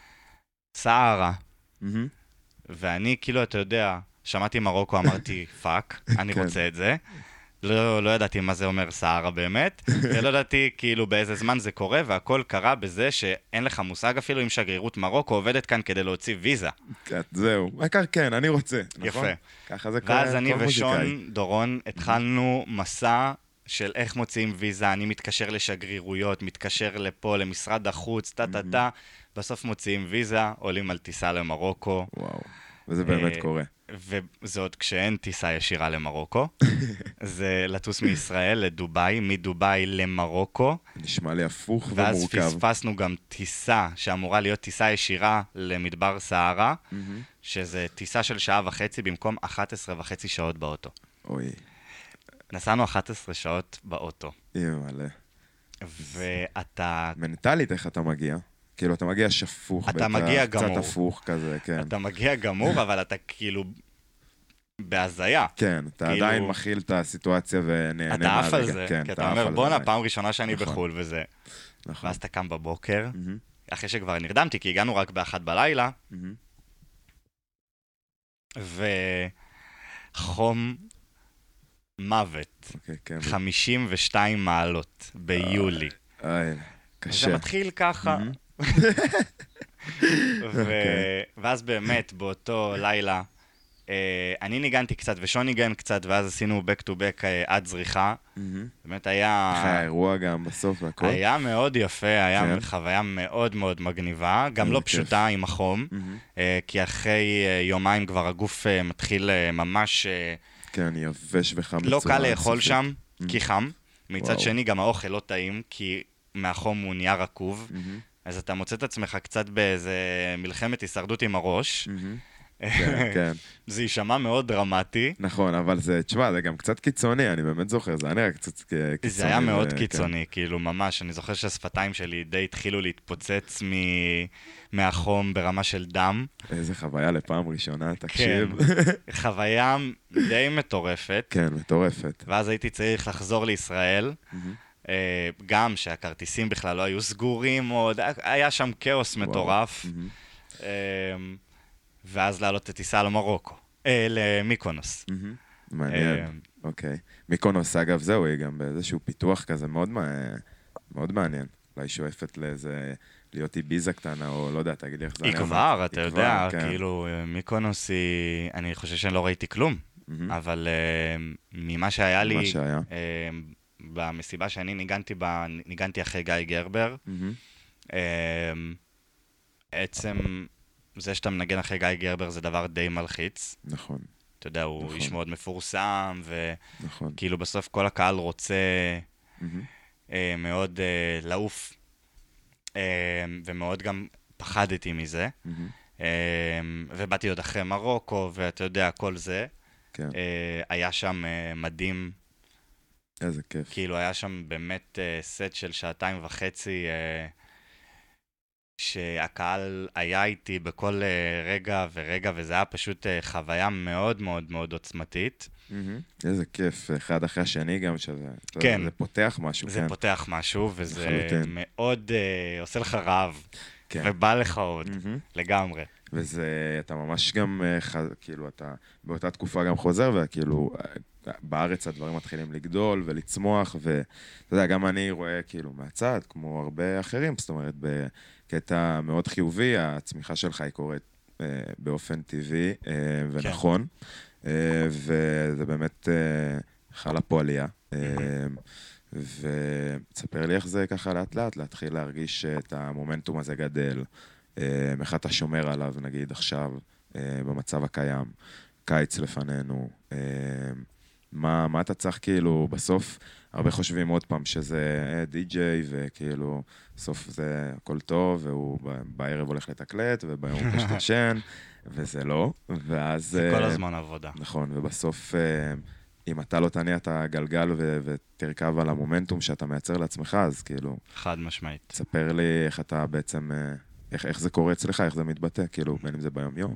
סהרה. מהמם. ואני כאילו, אתה יודע, שמעתי מרוקו, אמרתי, פאק, אני כן. רוצה את זה. לא, לא ידעתי מה זה אומר סהרה באמת, ולא ידעתי כאילו באיזה זמן זה קורה, והכל קרה בזה שאין לך מושג אפילו אם שגרירות מרוקו עובדת כאן כדי להוציא ויזה. כן, זהו, העיקר כן, אני רוצה, נכון? יפה. ככה זה קורה, ואז אני כל מוזיקאי. ושון דורון התחלנו מסע של איך מוציאים ויזה, אני מתקשר לשגרירויות, מתקשר לפה, למשרד החוץ, טה-טה-טה, בסוף מוציאים ויזה, עולים על טיסה למרוקו. וואו, וזה באמת אה, קורה. וזה עוד כשאין טיסה ישירה למרוקו. זה לטוס מישראל לדובאי, מדובאי למרוקו, נשמע לי הפוך ואז ומורכב. פספסנו גם טיסה שאמורה להיות טיסה ישירה למדבר סהרה, מהמם. שזה טיסה של שעה וחצי במקום אחת עשרה וחצי שעות באוטו. אוי. נסענו אחת עשרה שעות באוטו. יהיה מלא. ואתה... מנטלית איך אתה מגיע? כאילו, אתה מגיע שפוך. אתה מגיע גמור. קצת הפוך כזה, כן. אתה מגיע גמור, אבל אתה כאילו... בהזיה. כן, אתה כאילו... עדיין מכיל את הסיטואציה ונהנה מהרגע. אתה עף על זה, כן, כי אתה אומר, בואנה, פעם ראשונה שאני נכון. בחול וזה. נכון. ואז אתה קם בבוקר, Mm-hmm. אחרי שכבר נרדמתי, כי הגענו רק באחת בלילה, Mm-hmm. וחום מוות, אוקיי, כן. חמישים ושתיים מעלות ביולי. איי, קשה. זה מתחיל ככה. Mm-hmm. ו... ואז באמת, באותו לילה, אני ניגנתי קצת ושון ניגן קצת, ואז עשינו back to back עד זריחה. באמת היה... איך היה אירוע גם בסוף והכל? היה מאוד יפה, היה חוויה מאוד מאוד מגניבה, גם לא פשוטה עם החום, כי אחרי יומיים כבר הגוף מתחיל ממש... כן, יבש וחם. לא קל לאכול שם, כי חם. מצד שני, גם האוכל לא טעים, כי מהחום הוא נהיה רקוב. אז אתה מוצא את עצמך קצת באיזה מלחמת הישרדות עם הראש. כן, כן. זה יישמע מאוד דרמטי. נכון, אבל זה, תשמע, זה גם קצת קיצוני, אני באמת זוכר, זה היה נראה קצת קיצוני. זה היה מאוד קיצוני, כאילו ממש, אני זוכר שהשפתיים שלי די התחילו להתפוצץ מהחום ברמה של דם. איזה חוויה לפעם ראשונה, תקשיב. כן, חוויה די מטורפת. כן, מטורפת. ואז הייתי צריך לחזור לישראל, גם שהכרטיסים בכלל לא היו סגורים עוד, היה שם כאוס מטורף. ואז לעלות את טיסה למרוקו, אה, למיקונוס. מעניין, אוקיי. מיקונוס, אגב, זהו, היא גם באיזשהו פיתוח כזה מאוד מאוד מעניין. אולי שואפת לאיזה, להיות איביזה קטנה, או לא יודע, תגיד לי איך זה היא כבר, אתה יודע, כאילו, מיקונוס היא, אני חושב שאני לא ראיתי כלום, אבל ממה שהיה לי, במסיבה שאני ניגנתי בה, ניגנתי אחרי גיא גרבר, עצם... זה שאתה מנגן אחרי גיא גרבר זה דבר די מלחיץ. נכון. אתה יודע, הוא נכון. איש מאוד מפורסם, נכון. וכאילו בסוף כל הקהל רוצה Mm-hmm. אה, מאוד אה, לעוף, אה, ומאוד גם פחדתי מזה. Mm-hmm. אה, ובאתי עוד אחרי מרוקו, ואתה יודע, כל זה. כן. אה, היה שם אה, מדהים. איזה כיף. כאילו היה שם באמת אה, סט של שעתיים וחצי, אה, שהקהל היה איתי בכל רגע ורגע, וזה היה פשוט חוויה מאוד מאוד מאוד עוצמתית. איזה כיף, אחד אחרי השני גם שזה, כן. זה פותח משהו. זה כן. פותח משהו, וזה לחלוטין. מאוד uh, עושה לך רעב, כן. ובא לך עוד, Mm-hmm. לגמרי. וזה, אתה ממש גם, כאילו, אתה באותה תקופה גם חוזר, וכאילו, בארץ הדברים מתחילים לגדול ולצמוח, ואתה יודע, גם אני רואה כאילו מהצד, כמו הרבה אחרים, זאת אומרת, בקטע מאוד חיובי, הצמיחה שלך היא קורית אה, באופן טבעי אה, ונכון, כן. אה, וזה באמת אה, חלה פה עלייה. אה, ותספר לי איך זה ככה לאט לאט, להתחיל להרגיש את המומנטום הזה גדל, אה, איך אתה שומר עליו, נגיד עכשיו, אה, במצב הקיים, קיץ לפנינו, אה, מה, מה אתה צריך כאילו, בסוף, הרבה חושבים עוד פעם שזה די-ג'יי, וכאילו, בסוף זה הכל טוב, והוא בערב הולך לתקלט, וביום הוא פשוט ישן, וזה לא, ואז... זה כל הזמן עבודה. נכון, ובסוף, אם אתה לא תניע את הגלגל ו- ותרכב על המומנטום שאתה מייצר לעצמך, אז כאילו... חד משמעית. תספר לי איך אתה בעצם, איך, איך זה קורה אצלך, איך זה מתבטא, כאילו, בין אם זה ביום-יום.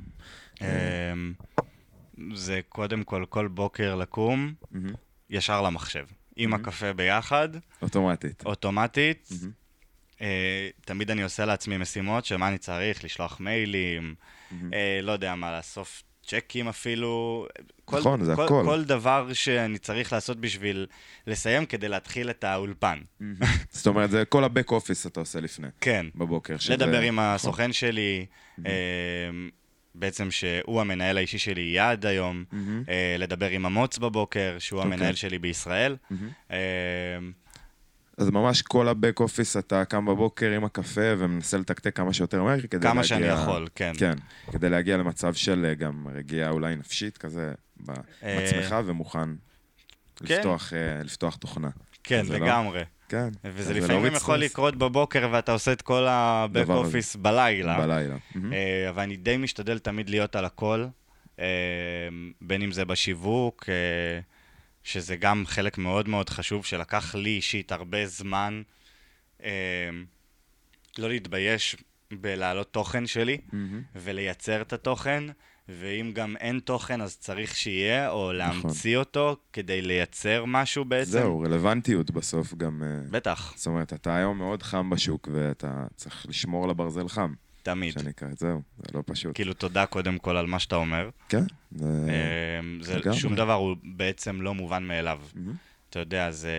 זה קודם כל, כל בוקר לקום, mm-hmm. ישר למחשב. עם mm-hmm. הקפה ביחד. אוטומטית. אוטומטית. Mm-hmm. אה, תמיד אני עושה לעצמי משימות, שמה אני צריך, לשלוח מיילים, mm-hmm. אה, לא יודע מה, לאסוף צ'קים אפילו. כל, נכון, זה כל, הכל. כל דבר שאני צריך לעשות בשביל לסיים כדי להתחיל את האולפן. Mm-hmm. זאת אומרת, זה כל הבק אופיס אתה עושה לפני. כן. בבוקר. שזה... לדבר עם הסוכן שלי, mm-hmm. אה, בעצם שהוא המנהל האישי שלי יהיה עד היום, mm-hmm. אה, לדבר עם המוץ בבוקר, שהוא okay. המנהל שלי בישראל. Mm-hmm. אה, אז ממש כל הבק אופיס אתה קם בבוקר עם הקפה ומנסה לתקתק כמה שיותר מהר, כדי כמה להגיע... שאני יכול, כן. כן, כדי להגיע למצב של גם רגיעה אולי נפשית כזה, בעצמך ומוכן כן. לפתוח, לפתוח תוכנה. כן, לגמרי. לא... כן. וזה לפעמים יכול לקרות בבוקר ואתה עושה את כל הבק אופיס בלילה. בלילה. אבל אני די משתדל תמיד להיות על הכל, בין אם זה בשיווק, שזה גם חלק מאוד מאוד חשוב, שלקח לי אישית הרבה זמן אה, לא להתבייש בלהעלות תוכן שלי, mm-hmm. ולייצר את התוכן, ואם גם אין תוכן אז צריך שיהיה, או להמציא נכון. אותו כדי לייצר משהו בעצם. זהו, רלוונטיות בסוף גם... בטח. זאת אומרת, אתה היום מאוד חם בשוק, ואתה צריך לשמור לברזל חם. תמיד. שאני אקרא את זהו, זה לא פשוט. כאילו תודה קודם כל על מה שאתה אומר. כן. זה שום דבר הוא בעצם לא מובן מאליו. אתה יודע, זה...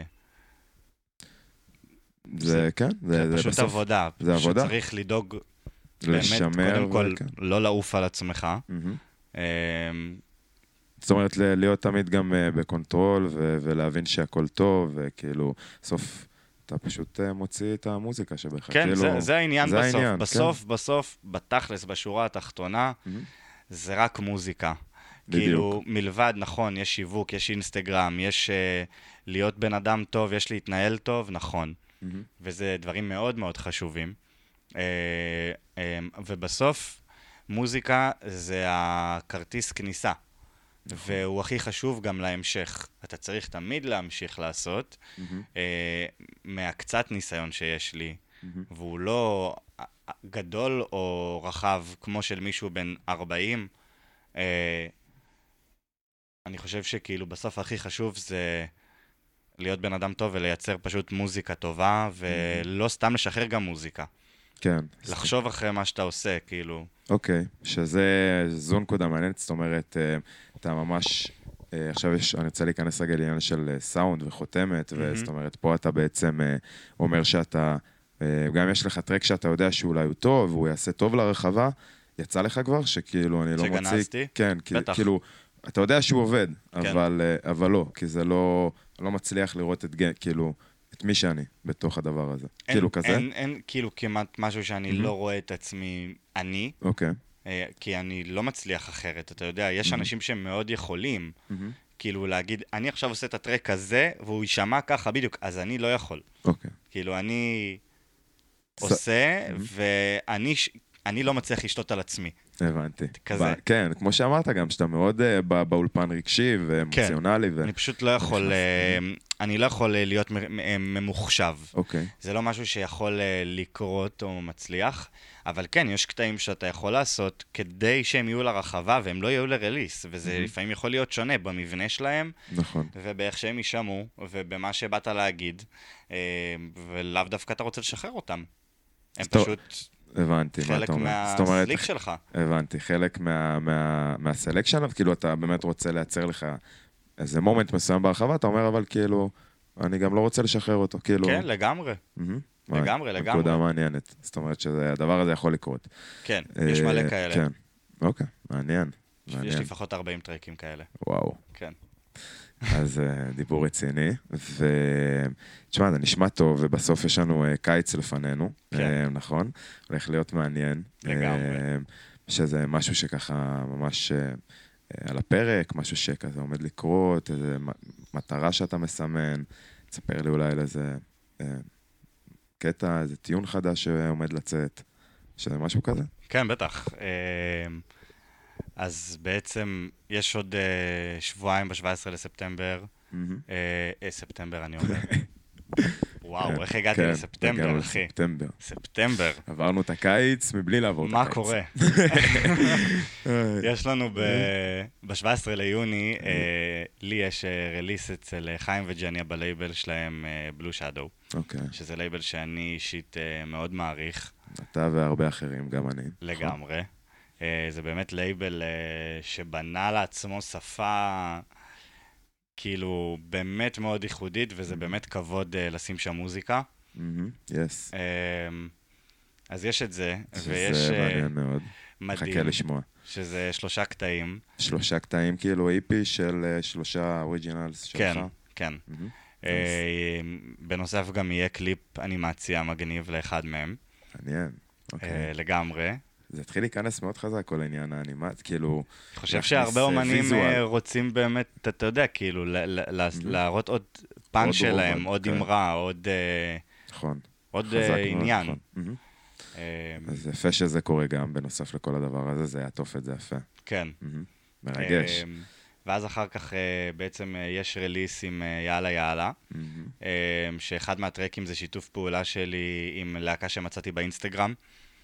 זה, כן. זה פשוט עבודה. זה עבודה. שצריך לדאוג באמת, קודם כל, לא לעוף על עצמך. זאת אומרת, להיות תמיד גם בקונטרול, ולהבין שהכל טוב, וכאילו, סוף... אתה פשוט מוציא את המוזיקה שבך. כן, כאילו, זה, זה העניין זה בסוף. העניין, בסוף, כן. בסוף, בתכלס, בשורה התחתונה, mm-hmm. זה רק מוזיקה. בדיוק. כאילו, מלבד, נכון, יש שיווק, יש אינסטגרם, יש uh, להיות בן אדם טוב, יש להתנהל טוב, נכון. Mm-hmm. וזה דברים מאוד מאוד חשובים. Uh, uh, ובסוף, מוזיקה זה הכרטיס כניסה. והוא הכי חשוב גם להמשך. אתה צריך תמיד להמשיך לעשות, מהקצת ניסיון שיש לי, והוא לא גדול או רחב כמו של מישהו בן ארבעים. אני חושב שכאילו בסוף הכי חשוב זה להיות בן אדם טוב ולייצר פשוט מוזיקה טובה, ולא סתם לשחרר גם מוזיקה. כן. לחשוב אחרי מה שאתה עושה, כאילו. אוקיי, שזה זו נקודה מעניינת, זאת אומרת, אתה ממש, עכשיו יש, אני רוצה להיכנס רגע לעניין של סאונד וחותמת, וזאת אומרת, פה אתה בעצם אומר שאתה, גם יש לך טרק שאתה יודע שאולי הוא טוב, והוא יעשה טוב לרחבה, יצא לך כבר, שכאילו אני לא מוציא... שגנזתי? כן, כאילו, אתה יודע שהוא עובד, אבל לא, כי זה לא מצליח לראות את, כאילו... את מי שאני בתוך הדבר הזה. אין, כאילו כזה? אין, אין כאילו כמעט משהו שאני mm-hmm. לא רואה את עצמי אני. אוקיי. Okay. כי אני לא מצליח אחרת. אתה יודע, יש mm-hmm. אנשים שהם מאוד יכולים, mm-hmm. כאילו להגיד, אני עכשיו עושה את הטרק הזה, והוא יישמע ככה בדיוק, אז אני לא יכול. אוקיי. Okay. כאילו, אני ס... עושה, mm-hmm. ואני אני לא מצליח לשתות על עצמי. הבנתי. כזה. ב- כן, כמו שאמרת גם, שאתה מאוד uh, בא- באולפן רגשי ואמוציונלי. כן, ו... אני פשוט לא יכול, uh, אני לא יכול uh, להיות מ- מ- ממוחשב. אוקיי. זה לא משהו שיכול uh, לקרות או מצליח, אבל כן, יש קטעים שאתה יכול לעשות כדי שהם יהיו לרחבה והם לא יהיו לרליס, וזה mm-hmm. לפעמים יכול להיות שונה במבנה שלהם, נכון. ובאיך שהם יישמעו, ובמה שבאת להגיד, uh, ולאו דווקא אתה רוצה לשחרר אותם. הם טוב. פשוט... הבנתי, מה אתה אומר. חלק מהסליק שלך. הבנתי, חלק מה, מה, מהסלקשן, כאילו אתה באמת רוצה לייצר לך איזה מומנט מסוים ברחבה, אתה אומר, אבל כאילו, אני גם לא רוצה לשחרר אותו, כאילו... כן, לגמרי. Mm-hmm. לגמרי, לגמרי. נקודה מעניינת. זאת אומרת שהדבר הזה יכול לקרות. כן, יש מלא כאלה. כן, אוקיי, מעניין. יש לפחות ארבעים טרקים כאלה. וואו. כן. אז דיבור רציני, ותשמע, זה נשמע טוב, ובסוף יש לנו קיץ לפנינו, נכון? הולך להיות מעניין. לגמרי. שזה משהו שככה ממש על הפרק, משהו שכזה עומד לקרות, איזו מטרה שאתה מסמן, תספר לי אולי על איזה קטע, איזה טיון חדש שעומד לצאת, שזה משהו כזה? כן, בטח. אז בעצם יש עוד uh, שבועיים ב-שבעה עשר לספטמבר, mm-hmm. uh, אה, ספטמבר אני אומר. וואו, איך הגעתי כן, לספטמבר, אחי? ספטמבר. ספטמבר. עברנו את הקיץ מבלי לעבור את מה הקיץ. מה קורה? יש לנו ב-שבעה עשר ליוני, uh, לי יש uh, רליס אצל חיים וג'ניה בלייבל שלהם בלו שדו. אוקיי. שזה לייבל שאני אישית uh, מאוד מעריך. אתה והרבה אחרים, גם אני. לגמרי. זה באמת לייבל שבנה לעצמו שפה כאילו באמת מאוד ייחודית, וזה באמת כבוד לשים שם מוזיקה. יס. אז יש את זה, ויש... זה מעניין מאוד. מדהים. חכה לשמוע. שזה שלושה קטעים. שלושה קטעים, כאילו איפי של שלושה אוריג'ינלס שלך. כן, כן. בנוסף גם יהיה קליפ אנימציה מגניב לאחד מהם. מעניין, אוקיי. לגמרי. זה התחיל להיכנס מאוד חזק, כל העניין האנימט, כאילו... אני חושב שהרבה אומנים רוצים באמת, אתה יודע, כאילו, להראות עוד פן שלהם, עוד אמרה, עוד... נכון. עוד עניין. אז יפה שזה קורה גם, בנוסף לכל הדבר הזה, זה יעטוף את זה יפה. כן. מרגש. ואז אחר כך בעצם יש רליס עם יאללה יאללה, שאחד מהטרקים זה שיתוף פעולה שלי עם להקה שמצאתי באינסטגרם,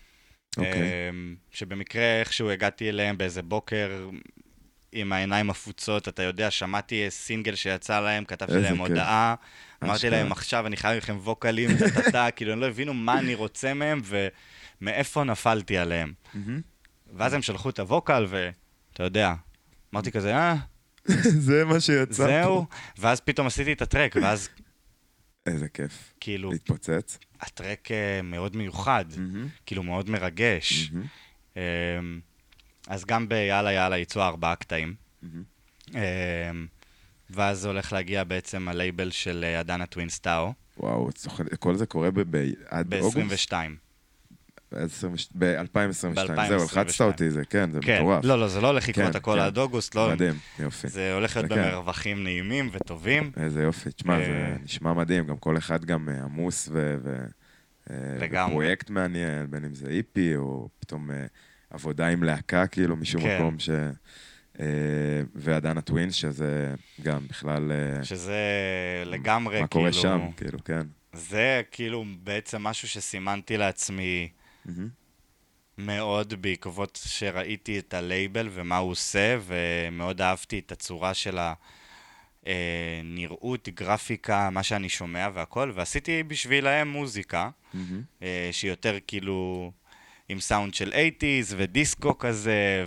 שבמקרה איכשהו הגעתי אליהם באיזה בוקר עם העיניים מפוצות, אתה יודע, שמעתי סינגל שיצא להם, כתבתי להם הודעה, אמרתי להם עכשיו אני חייב לכם ווקלים, כאילו הם לא הבינו מה אני רוצה מהם ומאיפה נפלתי עליהם. ואז הם שלחו את הווקל ואתה יודע, אמרתי כזה, אה, זה מה שיצא. זהו, ואז פתאום עשיתי את הטרק, ואז... איזה כיף. כאילו... להתפוצץ. הטרק מאוד מיוחד, כאילו מאוד מרגש. אז גם ביאללה יאללה יצאו ארבעה קטעים. ואז זה הולך להגיע בעצם הלייבל של אדנה טווינסטאו. וואו, כל זה קורה עד אוגוסט? ב-עשרים ושתיים. ב-אלפיים עשרים ושתיים, זהו, לחצת אותי זה, כן, זה מטורף. לא, לא, זה לא הולך לקרות הכל עד אוגוסט, לא. מדהים, יופי. זה הולך להיות במרווחים נעימים וטובים. איזה יופי, תשמע, זה נשמע מדהים, גם כל אחד גם עמוס ופרויקט מעניין, בין אם זה איפי, או פתאום עבודה עם להקה, כאילו, משום מקום ש... ואדנה טווינס, שזה גם בכלל... שזה לגמרי, כאילו... מה קורה שם, כאילו, כן. זה כאילו בעצם משהו שסימנתי לעצמי מאוד בעקבות שראיתי את הלייבל ומה הוא עושה, ומאוד אהבתי את הצורה של הנראות, גרפיקה, מה שאני שומע והכל, ועשיתי בשבילהם מוזיקה, שהיא יותר כאילו עם סאונד של שמונים ודיסקו כזה,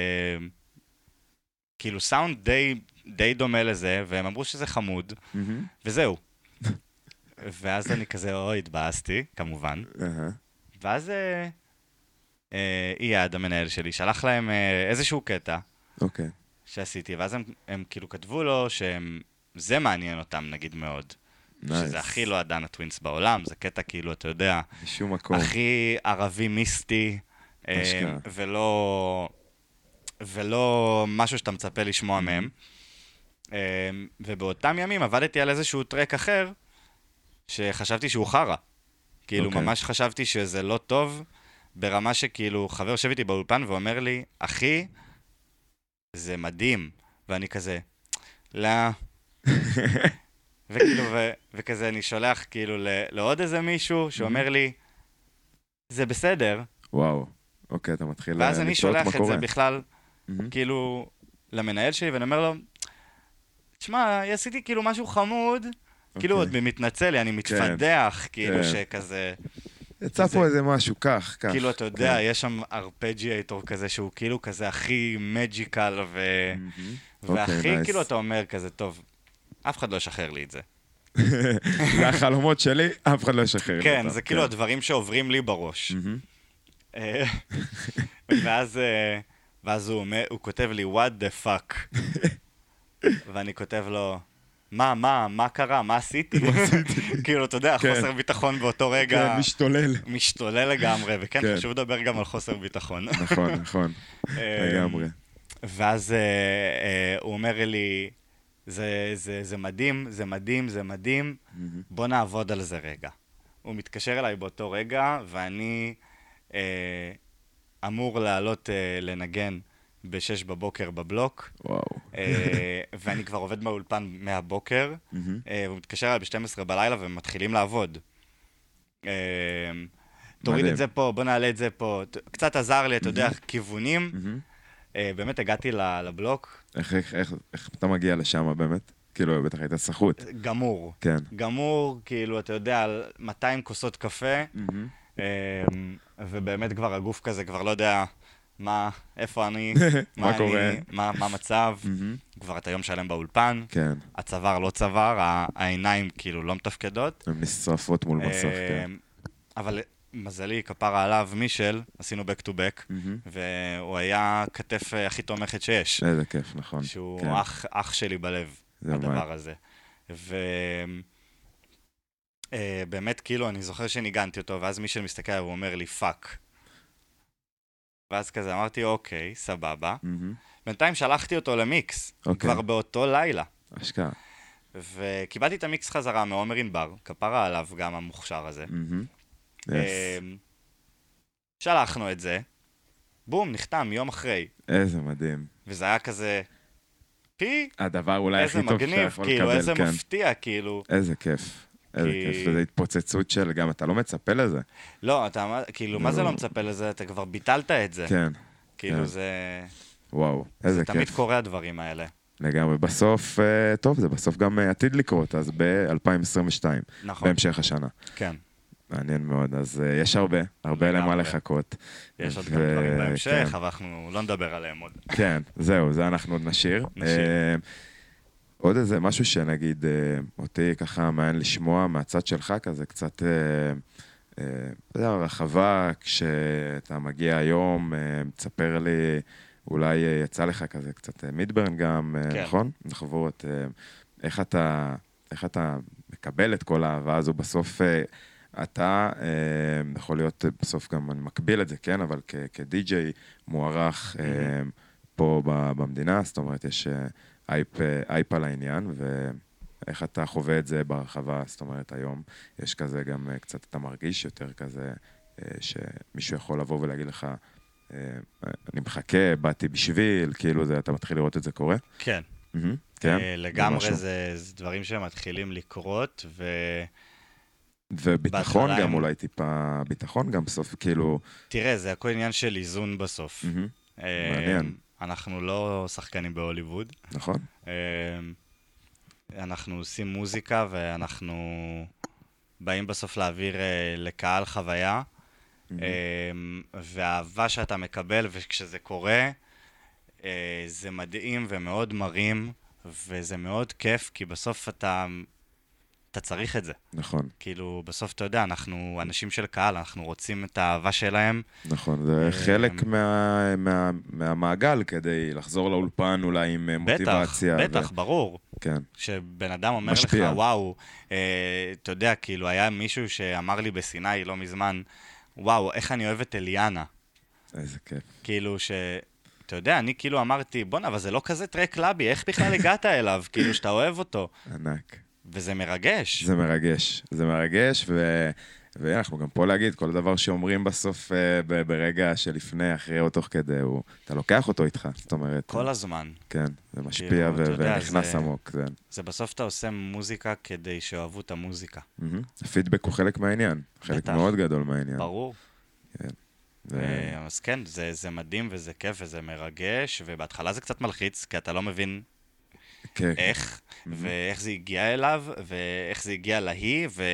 וכאילו סאונד די, די דומה לזה, והם אמרו שזה חמוד, וזהו. ואז אני כזה, אוי, התבאסתי, כמובן. ואז אייד, המנהל שלי, שלח להם איזשהו קטע שעשיתי, ואז הם כאילו כתבו לו שזה מעניין אותם, נגיד מאוד. שזה הכי לא אדנה טווינס בעולם, זה קטע כאילו, אתה יודע, הכי ערבי מיסטי, ולא ולא משהו שאתה מצפה לשמוע מהם. ובאותם ימים עבדתי על איזשהו טרק אחר, שחשבתי שהוא חרה. כאילו, okay. ממש חשבתי שזה לא טוב, ברמה שכאילו, חבר יושב איתי באולפן ואומר לי, אחי, זה מדהים. ואני כזה, לא. וכאילו, ו- וכזה אני שולח כאילו ל- לעוד איזה מישהו שאומר לי, זה בסדר. וואו, אוקיי, אתה מתחיל לצעות מה קורה. ואז אני שולח את זה בכלל, כאילו, למנהל שלי, ואני אומר לו, תשמע, עשיתי כאילו משהו חמוד, כאילו עוד מתנצל לי, אני מתפדח, כאילו שכזה... יצא פה איזה משהו, כך, כך. כאילו, אתה יודע, יש שם ארפג'יאטור כזה, שהוא כאילו כזה הכי מג'יקל, והכי כאילו אתה אומר כזה, טוב, אף אחד לא ישחרר לי את זה. זה החלומות שלי, אף אחד לא ישחרר לי. כן, זה כאילו הדברים שעוברים לי בראש. ואז הוא כותב לי, what the fuck? ואני כותב לו, מה, מה, מה קרה? מה עשיתי? כאילו, אתה יודע, חוסר ביטחון באותו רגע... כן, משתולל. משתולל לגמרי, וכן, חשוב לדבר גם על חוסר ביטחון. נכון, נכון, לגמרי. ואז הוא אומר לי, זה מדהים, זה מדהים, זה מדהים, בוא נעבוד על זה רגע. הוא מתקשר אליי באותו רגע, ואני אמור לעלות לנגן בשש בבוקר בבלוק. וואו. ואני כבר עובד באולפן מהבוקר, והוא מתקשר אליי ב-שתים עשרה בלילה ומתחילים לעבוד. תוריד את זה פה, בוא נעלה את זה פה. קצת עזר לי, אתה יודע, כיוונים. באמת הגעתי לבלוק. איך אתה מגיע לשם באמת? כאילו, בטח היית סחוט. גמור. כן. גמור, כאילו, אתה יודע, מאתיים כוסות קפה, ובאמת כבר הגוף כזה כבר לא יודע... מה, איפה אני, מה קורה, מה המצב, כבר אתה יום שלם באולפן, הצוואר לא צוואר, העיניים כאילו לא מתפקדות. הן נשרפות מול מסך, כן. אבל מזלי, כפרה עליו, מישל, עשינו back to back, והוא היה כתף הכי תומכת שיש. איזה כיף, נכון. שהוא אח שלי בלב, הדבר הזה. ובאמת כאילו, אני זוכר שניגנתי אותו, ואז מישל מסתכל והוא אומר לי, פאק. ואז כזה אמרתי, אוקיי, סבבה. בינתיים שלחתי אותו למיקס, כבר באותו לילה. אשכרה. וקיבלתי את המיקס חזרה מעומר ענבר, כפרה עליו גם המוכשר הזה. שלחנו את זה, בום, נחתם, יום אחרי. איזה מדהים. וזה היה כזה, פי, הדבר אולי הכי טוב שאתה יכול לקבל, כאילו, איזה כן. מפתיע, כאילו. איזה כיף, איזה כי- כיף, וזו התפוצצות של, גם אתה לא מצפה לזה. לא, אתה, כאילו, מה זה לא. לא מצפה לזה? אתה כבר ביטלת את זה. כן, כאילו, כן. זה... וואו, איזה זה תמיד כיף. קורה הדברים האלה. לגמרי, בסוף, אה, טוב, זה בסוף גם אה, עתיד לקרות, אז ב-אלפיים עשרים ושתיים, נכון. בהמשך השנה. כן. מעניין מאוד, אז uh, יש הרבה, הרבה למה לגמרי. לחכות. יש עוד ו- גם דברים בהמשך, כן, אבל אנחנו לא נדבר עליהם עוד. כן, זהו, זה אנחנו עוד נשאיר. נשאיר. אה, עוד איזה משהו שנגיד, אה, אותי ככה מעניין לשמוע מהצד שלך כזה, קצת, אה, אה, אתה יודע, רחבה, כשאתה מגיע היום, אה, תספר לי, אולי אה, יצא לך כזה קצת אה, מידברן גם, אה, כן. נכון? לחוות, אה, איך אתה, איך אתה מקבל את כל האהבה הזו בסוף, אה, אתה אה, יכול להיות אה, בסוף גם, אני מקביל את זה, כן? אבל כ- כדי-ג'יי מוערך אה, פה ב- במדינה, זאת אומרת, יש אה, אייפ, אה, אייפ על העניין, ואיך אתה חווה את זה ברחבה, זאת אומרת, היום יש כזה גם אה, קצת, אתה מרגיש יותר כזה, אה, שמישהו יכול לבוא ולהגיד לך, אה, אני מחכה, באתי בשביל, כאילו זה, אתה מתחיל לראות את זה קורה? כן. מהמם, כן? אה, לגמרי משהו. זה זה דברים שמתחילים לקרות, ו... וביטחון בהתחלה גם הם- אולי טיפה, ביטחון גם בסוף, כאילו, תראה, זה הכל עניין של איזון בסוף. מהמם, אה, מעניין. אנחנו לא שחקנים בהוליווד. נכון? אה, אנחנו עושים מוזיקה ואנחנו באים בסוף להעביר אה, לקהל חוויה, מהמם. אה, והאהבה שאתה מקבל וכשזה קורה, אה, זה מדהים ומאוד מרים, וזה מאוד כיף, כי בסוף אתה, אתה צריך את זה. נכון, כאילו, בסוף אתה יודע, אנחנו אנשים של קהל, אנחנו רוצים את האהבה שלהם. נכון, זה חלק מה- מה- מהמעגל כדי לחזור לאולפן אולי עם אה, בטח, מוטיבציה. ו- בטח, ברור. כן, שבן אדם אומר לך, משפיע. וואו, אה, אתה יודע, כאילו, היה מישהו שאמר לי בסיני לא מזמן, וואו, איך אני אוהב את אליאנה. איזה כיף. כאילו, ש... אתה יודע, אני כאילו אמרתי, בוא'נה, אבל זה לא כזה טרק קלאבי, איך בכלל הגעת אליו? כאילו, שאתה אוהב אותו. ענק. וזה מרגש. זה מרגש, זה מרגש, ו... ואנחנו גם פה להגיד, כל דבר שאומרים בסוף אה, ב- ברגע שלפני, אחרי או תוך כדי, הוא... אתה לוקח אותו איתך, זאת אומרת. כל הזמן. כן, זה משפיע כאילו, ו- אתה יודע, ונכנס זה- עמוק. זה... זה בסוף אתה עושה מוזיקה כדי שאוהבו את המוזיקה. מהמם. הפידבק הוא חלק מהעניין, חלק בטח. מאוד גדול מהעניין. ברור. ו... אה, אז כן, זה, זה מדהים וזה כיף וזה מרגש, ובהתחלה זה קצת מלחיץ, כי אתה לא מבין כן, איך, ואיך זה הגיע אליו, ואיך זה הגיע להיא, ו...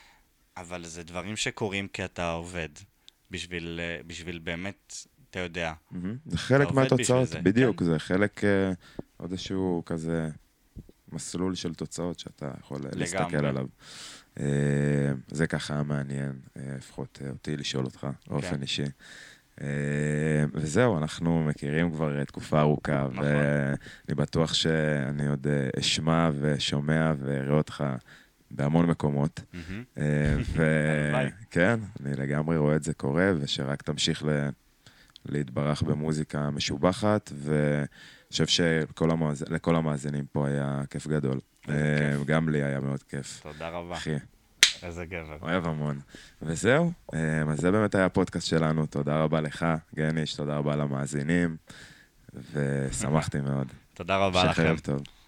אבל זה דברים שקורים כי אתה עובד, בשביל, אה, בשביל באמת, אתה יודע. מהמם. זה חלק עובד מהתוצאות, בשביל זה, בדיוק, כן. זה חלק, אה, עוד איזשהו כזה מסלול של תוצאות שאתה יכול אה, להסתכל לגמרי. עליו. אה, זה ככה מעניין, אה, לפחות אה, אותי לשאול אותך, באופן אישי. אה, וזהו, אנחנו מכירים כבר אה, תקופה ארוכה, נכון. ואני בטוח שאני עוד אה, אשמע ושומע ואראה אותך בהמון מקומות. מהמם. אה, הלוואי. וכן, אני לגמרי רואה את זה קורה, ושרק תמשיך ל... להתברך במוזיקה משובחת, ואני חושב שלכל המאזינים, לכל המאזינים פה היה כיף גדול. איזה אה, כיף. גם לי היה מאוד כיף. תודה רבה. אחי, איזה גבר. אוהב המון. וזהו, אה, אז זה באמת היה הפודקאסט שלנו. תודה רבה לך, גניש, תודה רבה למאזינים, ושמחתי מאוד. תודה רבה המשך לכם. ערב טוב.